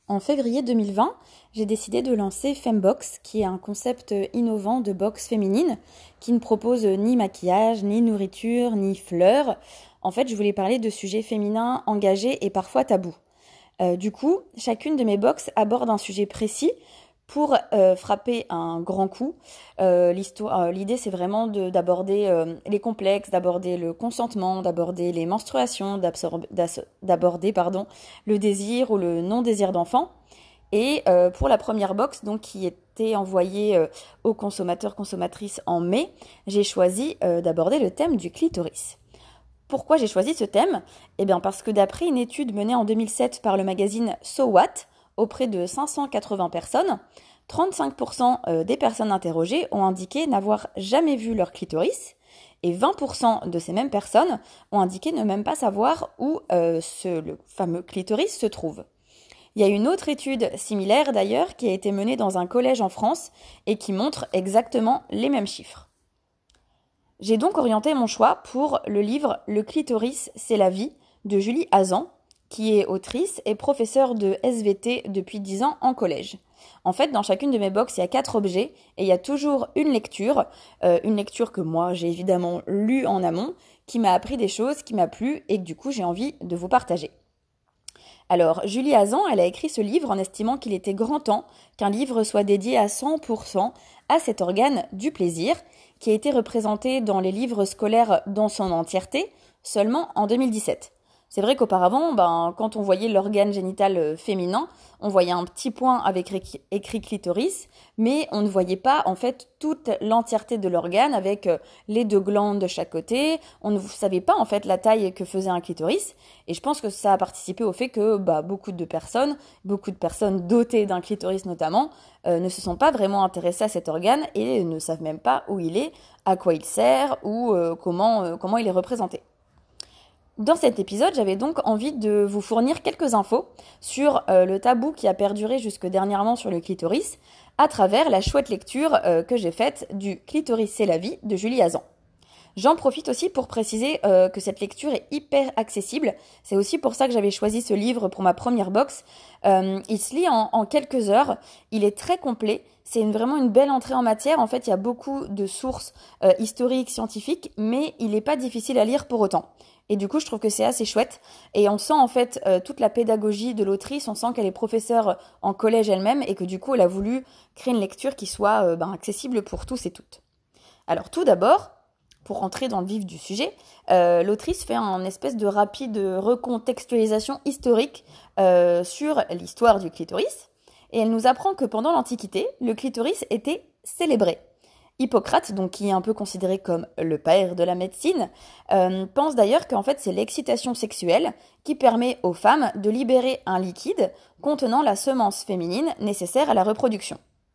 En février 2020, j'ai décidé de lancer Fembox, qui est un concept innovant de box féminine qui ne propose ni maquillage, ni nourriture, ni fleurs. En fait, je voulais parler de sujets féminins engagés et parfois tabous. Du coup, chacune de mes box aborde un sujet précis pour frapper un grand coup. L'idée, c'est vraiment d'aborder les complexes, d'aborder le consentement, d'aborder les menstruations, d'aborder le désir ou le non-désir d'enfant. Et pour la première box, donc qui était envoyée aux consommateurs consommatrices en mai, j'ai choisi d'aborder le thème du clitoris. Pourquoi j'ai choisi ce thème ? Eh bien parce que d'après une étude menée en 2007 par le magazine So What, auprès de 580 personnes, 35% des personnes interrogées ont indiqué n'avoir jamais vu leur clitoris et 20% de ces mêmes personnes ont indiqué ne même pas savoir où le fameux clitoris se trouve. Il y a une autre étude similaire d'ailleurs qui a été menée dans un collège en France et qui montre exactement les mêmes chiffres. J'ai donc orienté mon choix pour le livre « Le clitoris, c'est la vie » de Julie Hazan, qui est autrice et professeure de SVT depuis 10 ans en collège. En fait, dans chacune de mes box, il y a 4 objets et il y a toujours une lecture que moi j'ai évidemment lue en amont, qui m'a appris des choses, qui m'a plu et que du coup j'ai envie de vous partager. Alors, Julie Hazan, elle a écrit ce livre en estimant qu'il était grand temps qu'un livre soit dédié à 100% à cet organe du plaisir, qui a été représenté dans les livres scolaires dans son entièreté seulement en 2017. C'est vrai qu'auparavant, quand on voyait l'organe génital féminin, on voyait un petit point avec écrit clitoris, mais on ne voyait pas en fait toute l'entièreté de l'organe avec les 2 glandes de chaque côté. On ne savait pas en fait la taille que faisait un clitoris, et je pense que ça a participé au fait que beaucoup de personnes dotées d'un clitoris notamment, ne se sont pas vraiment intéressées à cet organe et ne savent même pas où il est, à quoi il sert ou comment il est représenté. Dans cet épisode, j'avais donc envie de vous fournir quelques infos sur le tabou qui a perduré jusque dernièrement sur le clitoris à travers la chouette lecture que j'ai faite du Clitoris c'est la vie de Julie Hazan. J'en profite aussi pour préciser que cette lecture est hyper accessible. C'est aussi pour ça que j'avais choisi ce livre pour ma première box. Il se lit en quelques heures. Il est très complet. C'est vraiment une belle entrée en matière. En fait, il y a beaucoup de sources historiques, scientifiques, mais il n'est pas difficile à lire pour autant. Et du coup, je trouve que c'est assez chouette. Et on sent en fait toute la pédagogie de l'autrice. On sent qu'elle est professeure en collège elle-même et que du coup, elle a voulu créer une lecture qui soit accessible pour tous et toutes. Alors tout d'abord, pour rentrer dans le vif du sujet, l'autrice fait un espèce de rapide recontextualisation historique sur l'histoire du clitoris. Et elle nous apprend que pendant l'Antiquité, le clitoris était célébré. Hippocrate, donc qui est un peu considéré comme le père de la médecine, pense d'ailleurs qu'en fait c'est l'excitation sexuelle qui permet aux femmes de libérer un liquide contenant la semence féminine nécessaire à la reproduction.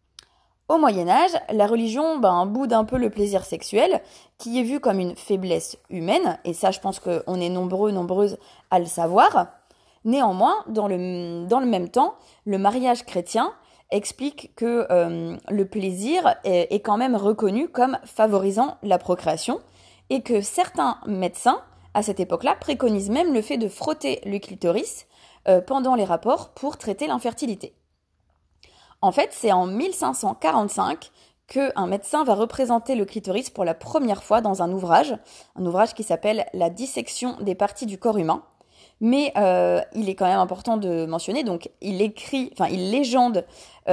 Au Moyen-Âge, la religion boude un peu le plaisir sexuel, qui est vu comme une faiblesse humaine, et ça je pense qu'on est nombreuses à le savoir. Néanmoins, dans le même temps, le mariage chrétien explique que le plaisir est quand même reconnu comme favorisant la procréation et que certains médecins, à cette époque-là, préconisent même le fait de frotter le clitoris pendant les rapports pour traiter l'infertilité. En fait, c'est en 1545 qu'un médecin va représenter le clitoris pour la première fois dans un ouvrage qui s'appelle « La dissection des parties du corps humain ». Mais il est quand même important de mentionner, donc il légende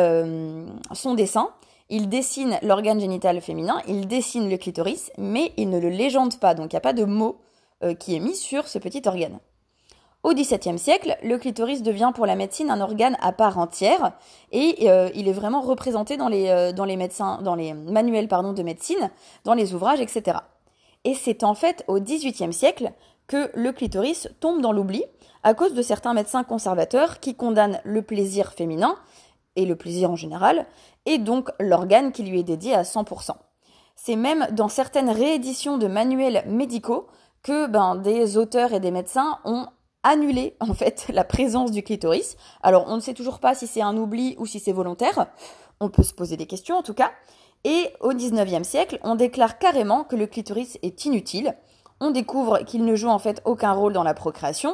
son dessin, il dessine l'organe génital féminin, il dessine le clitoris, mais il ne le légende pas, donc il n'y a pas de mot qui est mis sur ce petit organe. Au XVIIe siècle, le clitoris devient pour la médecine un organe à part entière et il est vraiment représenté dans les manuels de médecine, dans les ouvrages, etc. Et c'est en fait au XVIIIe siècle que le clitoris tombe dans l'oubli à cause de certains médecins conservateurs qui condamnent le plaisir féminin et le plaisir en général, et donc l'organe qui lui est dédié à 100%. C'est même dans certaines rééditions de manuels médicaux que des auteurs et des médecins ont annulé en fait la présence du clitoris. Alors on ne sait toujours pas si c'est un oubli ou si c'est volontaire, on peut se poser des questions en tout cas, et au XIXe siècle, on déclare carrément que le clitoris est inutile. On découvre qu'il ne joue en fait aucun rôle dans la procréation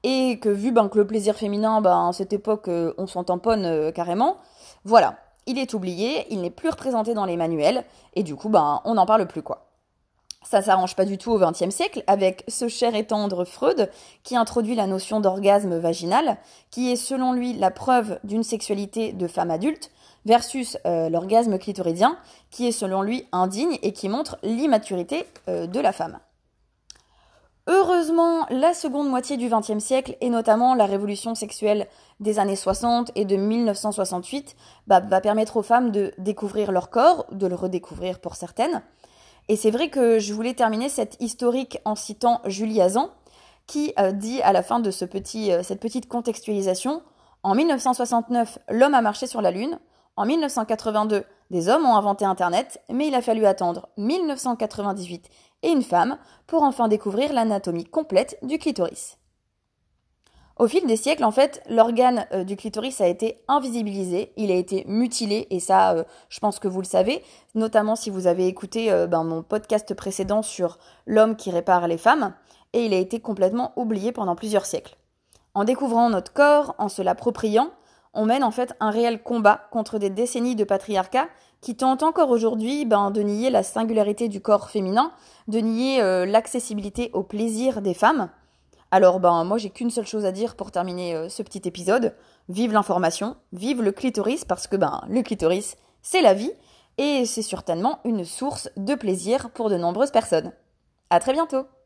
et que vu que le plaisir féminin, à cette époque, on s'en tamponne carrément, voilà, il est oublié, il n'est plus représenté dans les manuels, et du coup, on n'en parle plus, quoi. Ça s'arrange pas du tout au XXe siècle avec ce cher et tendre Freud qui introduit la notion d'orgasme vaginal, qui est selon lui la preuve d'une sexualité de femme adulte, versus l'orgasme clitoridien, qui est selon lui indigne et qui montre l'immaturité de la femme. Heureusement, la seconde moitié du XXe siècle, et notamment la révolution sexuelle des années 60 et de 1968, va permettre aux femmes de découvrir leur corps, de le redécouvrir pour certaines. Et c'est vrai que je voulais terminer cette historique en citant Julie Hazan, qui dit à la fin de cette petite contextualisation, en 1969, l'homme a marché sur la Lune, en 1982, des hommes ont inventé Internet, mais il a fallu attendre 1998 et une femme pour enfin découvrir l'anatomie complète du clitoris. Au fil des siècles, en fait, l'organe du clitoris a été invisibilisé, il a été mutilé, et ça, je pense que vous le savez, notamment si vous avez écouté mon podcast précédent sur l'homme qui répare les femmes, et il a été complètement oublié pendant plusieurs siècles. En découvrant notre corps, en se l'appropriant, on mène en fait un réel combat contre des décennies de patriarcat qui tentent encore aujourd'hui de nier la singularité du corps féminin, de nier l'accessibilité au plaisir des femmes. Alors moi j'ai qu'une seule chose à dire pour terminer ce petit épisode. Vive l'information, vive le clitoris parce que le clitoris c'est la vie et c'est certainement une source de plaisir pour de nombreuses personnes. À très bientôt!